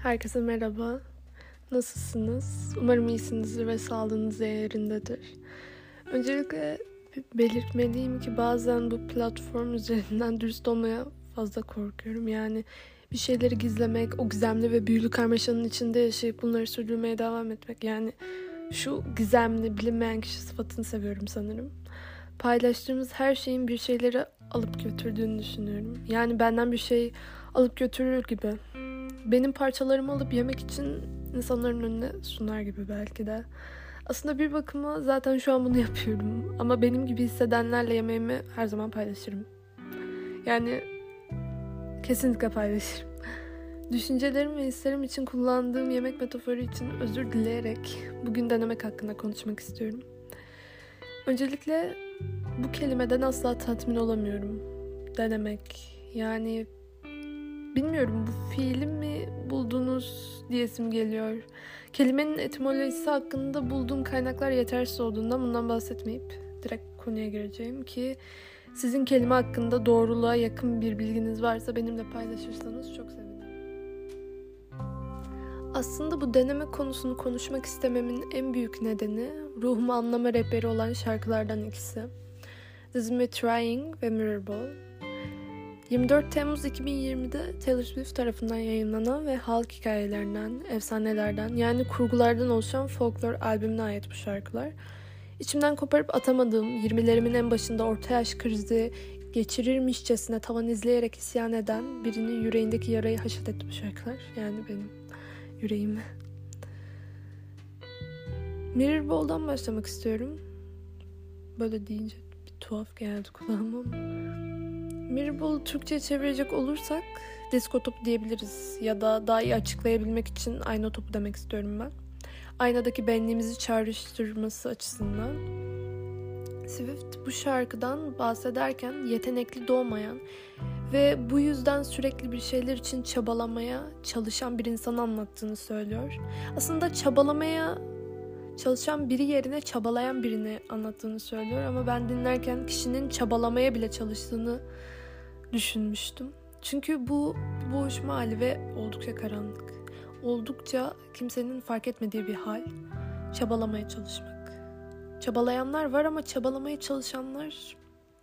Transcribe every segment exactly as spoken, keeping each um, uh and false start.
Herkese merhaba. Nasılsınız? Umarım iyisinizdir ve sağlığınız yerindedir. Öncelikle belirtmeliyim ki bazen bu platform üzerinden dürüst olmaya fazla korkuyorum. Yani bir şeyleri gizlemek, o gizemli ve büyülü karmaşanın içinde yaşayıp bunları sürdürmeye devam etmek. Yani şu gizemli, bilinmeyen kişi sıfatını seviyorum sanırım. Paylaştığımız her şeyin bir şeyleri alıp götürdüğünü düşünüyorum. Yani benden bir şey alıp götürür gibi. Benim parçalarımı alıp yemek için insanların önüne sunar gibi belki de. Aslında bir bakıma zaten şu an bunu yapıyorum. Ama benim gibi hissedenlerle yemeğimi her zaman paylaşırım. Yani kesinlikle paylaşırım. Düşüncelerim ve hislerim için kullandığım yemek metaforu için özür dileyerek bugün denemek hakkında konuşmak istiyorum. Öncelikle bu kelimeden asla tatmin olamıyorum. Denemek. Yani bilmiyorum, bu fiili mi buldunuz diyesim geliyor. Kelimenin etimolojisi hakkında bulduğum kaynaklar yetersiz olduğundan bundan bahsetmeyip direkt konuya gireceğim ki sizin kelime hakkında doğruluğa yakın bir bilginiz varsa benimle paylaşırsanız çok sevinirim. Aslında bu deneme konusunu konuşmak istememin en büyük nedeni ruhumu anlama rehberi olan şarkılardan ikisi. This Is Me Trying ve Mirrorball. yirmi dört Temmuz iki bin yirmide Taylor Swift tarafından yayınlanan ve halk hikayelerinden, efsanelerden yani kurgulardan oluşan folklor albümüne ait bu şarkılar. İçimden koparıp atamadığım, yirmilerimin en başında orta yaş krizi geçirirmişçesine tavan izleyerek isyan eden birinin yüreğindeki yarayı haşat etti bu şarkılar. Yani benim yüreğimi. Mirrorball'dan başlamak istiyorum. Böyle deyince bir tuhaf geldi kulağıma ama. Mirrorball'u Türkçe'ye çevirecek olursak disco topu diyebiliriz ya da daha iyi açıklayabilmek için ayna topu demek istiyorum ben. Aynadaki benliğimizi çağrıştırması açısından. Swift bu şarkıdan bahsederken yetenekli doğmayan ve bu yüzden sürekli bir şeyler için çabalamaya çalışan bir insanı anlattığını söylüyor. Aslında çabalamaya çalışan biri yerine çabalayan birini anlattığını söylüyor ama ben dinlerken kişinin çabalamaya bile çalıştığını düşünmüştüm. Çünkü bu bir boğuşma hali ve oldukça karanlık. Oldukça kimsenin fark etmediği bir hal. Çabalamaya çalışmak. Çabalayanlar var ama çabalamaya çalışanlar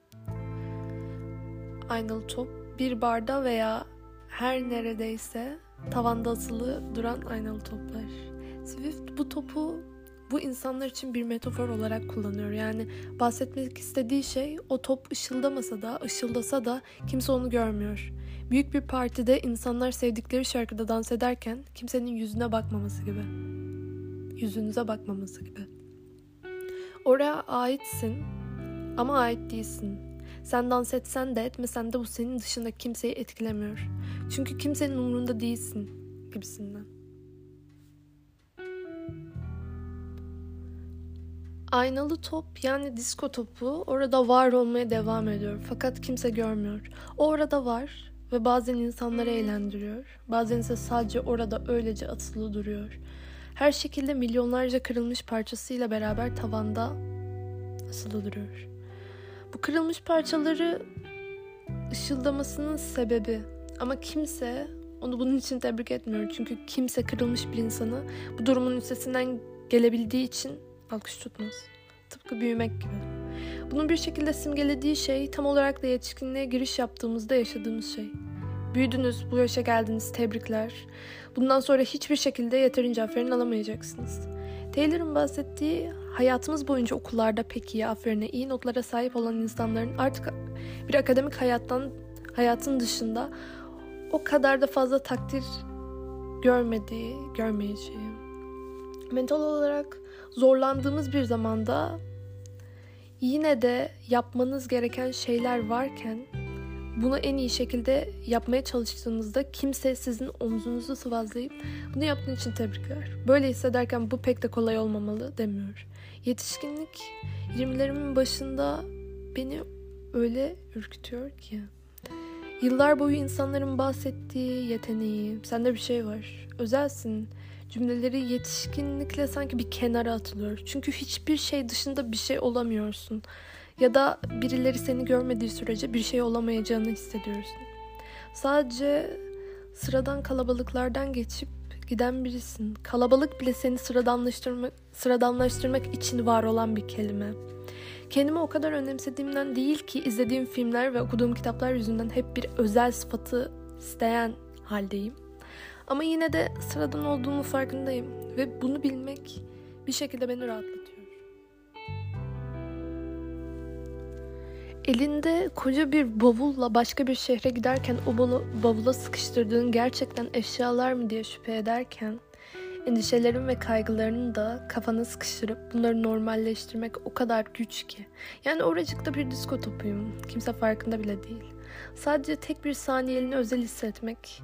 aynalı top, bir barda veya her neredeyse tavanda asılı duran aynalı toplar. Swift bu topu bu insanlar için bir metafor olarak kullanıyor. Yani bahsetmek istediği şey o top ışıldamasa da, ışıldasa da kimse onu görmüyor. Büyük bir partide insanlar sevdikleri şarkıda dans ederken kimsenin yüzüne bakmaması gibi. Yüzünüze bakmaması gibi. Oraya aitsin ama ait değilsin. Sen dans etsen de etmesen de bu senin dışında kimseyi etkilemiyor. Çünkü kimsenin umurunda değilsin gibisinden. Aynalı top yani disko topu orada var olmaya devam ediyor fakat kimse görmüyor. O orada var ve bazen insanları eğlendiriyor. Bazen ise sadece orada öylece asılı duruyor. Her şekilde milyonlarca kırılmış parçasıyla beraber tavanda asılı duruyor. Bu kırılmış parçaları ışıldamasının sebebi ama kimse onu bunun için tebrik etmiyor. Çünkü kimse kırılmış bir insanı bu durumun üstesinden gelebildiği için alkış tutmaz. Tıpkı büyümek gibi. Bunun bir şekilde simgelediği şey tam olarak da yetişkinliğe giriş yaptığımızda yaşadığımız şey. Büyüdünüz, bu yaşa geldiniz, tebrikler. Bundan sonra hiçbir şekilde yeterince aferin alamayacaksınız. Taylor'ın bahsettiği hayatımız boyunca okullarda pek iyi, aferine, iyi notlara sahip olan insanların artık bir akademik hayattan, hayatın dışında o kadar da fazla takdir görmediği, görmeyeceği. Mental olarak zorlandığımız bir zamanda yine de yapmanız gereken şeyler varken bunu en iyi şekilde yapmaya çalıştığınızda kimse sizin omzunuzu sıvazlayıp bunu yaptığın için tebrikler. Böyle hissederken bu pek de kolay olmamalı demiyor. Yetişkinlik yirmilerimin başında beni öyle ürkütüyor ki. Yıllar boyu insanların bahsettiği yeteneği, sende bir şey var, özelsin cümleleri yetişkinlikle sanki bir kenara atılıyor. Çünkü hiçbir şey dışında bir şey olamıyorsun. Ya da birileri seni görmediği sürece bir şey olamayacağını hissediyorsun. Sadece sıradan kalabalıklardan geçip giden birisin. Kalabalık bile seni sıradanlaştırmak, sıradanlaştırmak için var olan bir kelime. Kendimi o kadar önemsediğimden değil ki izlediğim filmler ve okuduğum kitaplar yüzünden hep bir özel sıfatı isteyen haldeyim. Ama yine de sıradan olduğumu farkındayım ve bunu bilmek bir şekilde beni rahatlatıyor. Elinde koca bir bavulla başka bir şehre giderken o bavula sıkıştırdığın gerçekten eşyalar mı diye şüphe ederken endişelerin ve kaygılarını da kafana sıkıştırıp bunları normalleştirmek o kadar güç ki. Yani oracıkta bir disko topuyum. Kimse farkında bile değil. Sadece tek bir saniyeliğine özel hissetmek,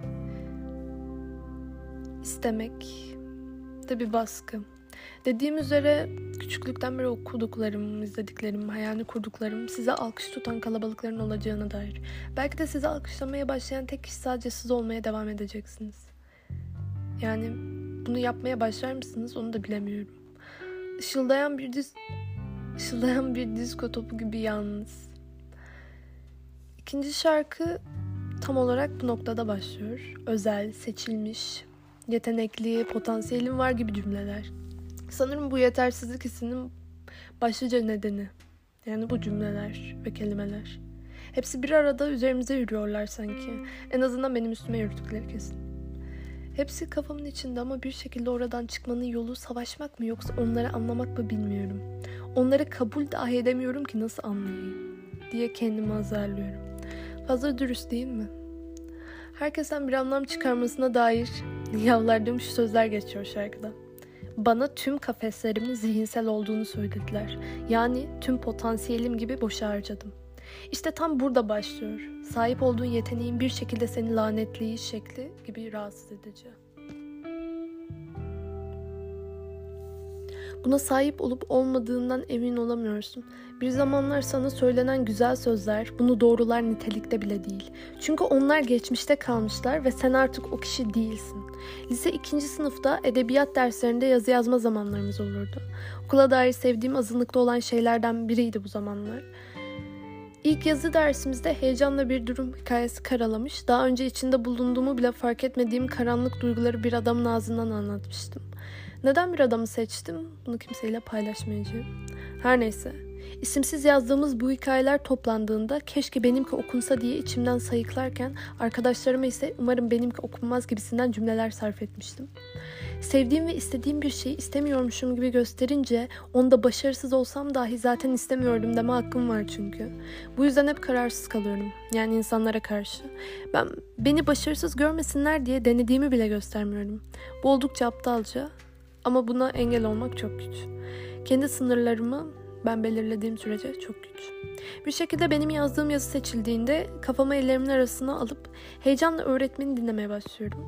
istemek de bir baskı. Dediğim üzere küçüklükten beri okuduklarım, izlediklerim, hayalini kurduklarım size alkış tutan kalabalıkların olacağına dair. Belki de size alkışlamaya başlayan tek kişi sadece siz olmaya devam edeceksiniz. Yani bunu yapmaya başlar mısınız onu da bilemiyorum. Işıldayan bir diz, ışıldayan bir disko topu gibi yalnız. İkinci şarkı tam olarak bu noktada başlıyor. Özel, seçilmiş, yetenekli, potansiyelim var gibi cümleler. Sanırım bu yetersizlik hissinin başlıca nedeni. Yani bu cümleler ve kelimeler. Hepsi bir arada üzerimize yürüyorlar sanki. En azından benim üstüme yürüdükleri kesin. Hepsi kafamın içinde ama bir şekilde oradan çıkmanın yolu savaşmak mı yoksa onları anlamak mı bilmiyorum. Onları kabul dahi edemiyorum ki nasıl anlayayım diye kendimi azarlıyorum. Fazla dürüst değil mi? Herkesten bir anlam çıkarmasına dair yalvardığım şu sözler geçiyor şarkıda. Bana tüm kafeslerimin zihinsel olduğunu söylediler. Yani tüm potansiyelim gibi boşa harcadım. İşte tam burada başlıyor. Sahip olduğun yeteneğin bir şekilde seni lanetleyiş şekli gibi rahatsız edici. Buna sahip olup olmadığından emin olamıyorsun. Bir zamanlar sana söylenen güzel sözler bunu doğrular nitelikte bile değil. Çünkü onlar geçmişte kalmışlar ve sen artık o kişi değilsin. Lise ikinci sınıfta edebiyat derslerinde yazı yazma zamanlarımız olurdu. Okula dair sevdiğim azınlıkta olan şeylerden biriydi bu zamanlar. İlk yazı dersimizde heyecanla bir durum hikayesi karalamış, daha önce içinde bulunduğumu bile fark etmediğim karanlık duyguları bir adamın ağzından anlatmıştım. Neden bir adamı seçtim? Bunu kimseyle paylaşmayacağım. Her neyse, isimsiz yazdığımız bu hikayeler toplandığında keşke benimki okunsa diye içimden sayıklarken arkadaşlarıma ise umarım benimki okunmaz gibisinden cümleler sarf etmiştim. Sevdiğim ve istediğim bir şeyi istemiyormuşum gibi gösterince onda başarısız olsam dahi zaten istemiyordum deme hakkım var çünkü. Bu yüzden hep kararsız kalıyorum. Yani insanlara karşı. Ben beni başarısız görmesinler diye denediğimi bile göstermiyorum. Bu oldukça aptalca ama buna engel olmak çok güç. Kendi sınırlarımı ben belirlediğim sürece çok güç. Bir şekilde benim yazdığım yazı seçildiğinde kafamı ellerimin arasına alıp heyecanla öğretmeni dinlemeye başlıyorum.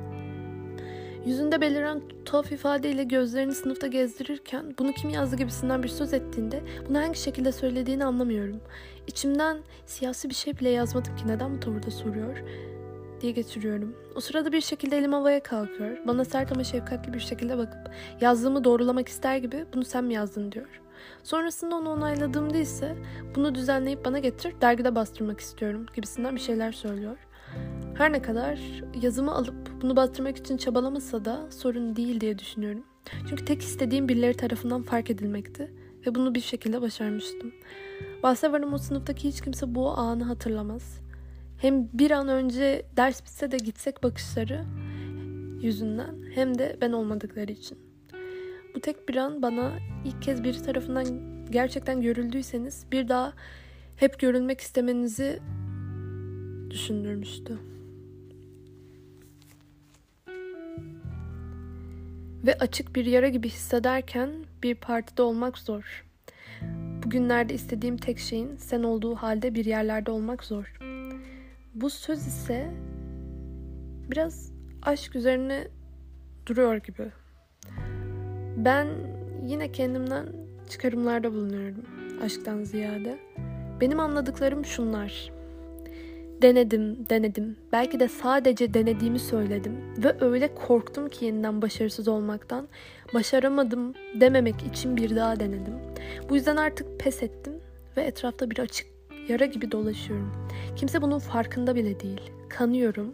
Yüzünde beliren tuhaf ifadeyle gözlerini sınıfta gezdirirken bunu kim yazdı gibisinden bir söz ettiğinde bunu hangi şekilde söylediğini anlamıyorum. İçimden siyasi bir şey bile yazmadım ki neden bu tavırda soruyor diye geçiriyorum. O sırada bir şekilde elim havaya kalkıyor. Bana sert ama şefkatli bir şekilde bakıp yazdığımı doğrulamak ister gibi bunu sen mi yazdın diyor. Sonrasında onu onayladığımda ise bunu düzenleyip bana getir dergide bastırmak istiyorum gibisinden bir şeyler söylüyor. Her ne kadar yazımı alıp bunu bastırmak için çabalamasa da sorun değil diye düşünüyorum. Çünkü tek istediğim birileri tarafından fark edilmekti ve bunu bir şekilde başarmıştım. Bahse varım o sınıftaki hiç kimse bu anı hatırlamaz. Hem bir an önce ders bitse de gitsek bakışları yüzünden hem de ben olmadıkları için. Bu tek bir an bana ilk kez biri tarafından gerçekten görüldüyseniz bir daha hep görülmek istemenizi düşündürmüştü. Ve açık bir yara gibi hissederken bir partide olmak zor. Bugünlerde istediğim tek şeyin sen olduğu halde bir yerlerde olmak zor. Bu söz ise biraz aşk üzerine duruyor gibi. Ben yine kendimden çıkarımlarda bulunuyorum aşktan ziyade. Benim anladıklarım şunlar. Denedim, denedim. Belki de sadece denediğimi söyledim. Ve öyle korktum ki yeniden başarısız olmaktan. Başaramadım dememek için bir daha denedim. Bu yüzden artık pes ettim ve etrafta bir açık yara gibi dolaşıyorum. Kimse bunun farkında bile değil. Kanıyorum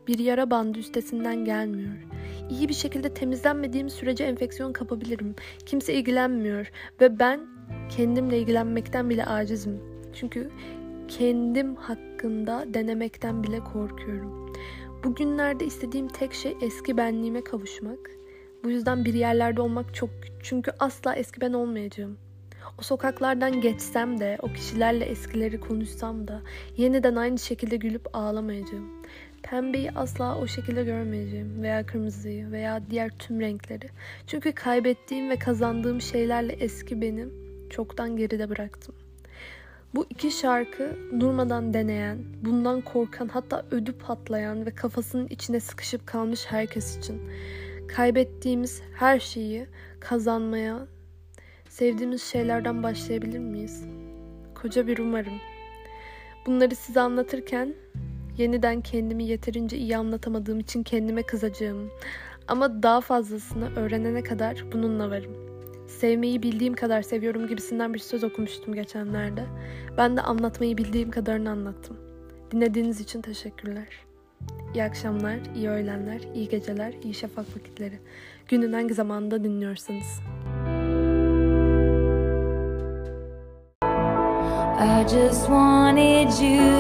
bir yara bandı üstesinden gelmiyor. İyi bir şekilde temizlenmediğim sürece enfeksiyon kapabilirim. Kimse ilgilenmiyor ve ben kendimle ilgilenmekten bile acizim. Çünkü kendim hakkında denemekten bile korkuyorum. Bugünlerde istediğim tek şey eski benliğime kavuşmak. Bu yüzden bir yerlerde olmak çok güç. Çünkü asla eski ben olmayacağım. O sokaklardan geçsem de, o kişilerle eskileri konuşsam da yeniden aynı şekilde gülüp ağlamayacağım. Pembeyi asla o şekilde görmeyeceğim veya kırmızıyı veya diğer tüm renkleri. Çünkü kaybettiğim ve kazandığım şeylerle eski benim çoktan geride bıraktım. Bu iki şarkı durmadan deneyen, bundan korkan, hatta ödü patlayan ve kafasının içine sıkışıp kalmış herkes için. Kaybettiğimiz her şeyi kazanmaya, sevdiğimiz şeylerden başlayabilir miyiz? Koca bir umarım. Bunları size anlatırken yeniden kendimi yeterince iyi anlatamadığım için kendime kızacağım. Ama daha fazlasını öğrenene kadar bununla varım. Sevmeyi bildiğim kadar seviyorum gibisinden bir söz okumuştum geçenlerde. Ben de anlatmayı bildiğim kadarını anlattım. Dinlediğiniz için teşekkürler. İyi akşamlar, iyi öğlenler, iyi geceler, iyi şafak vakitleri. Günün hangi zamanında dinliyorsanız. I just wanted you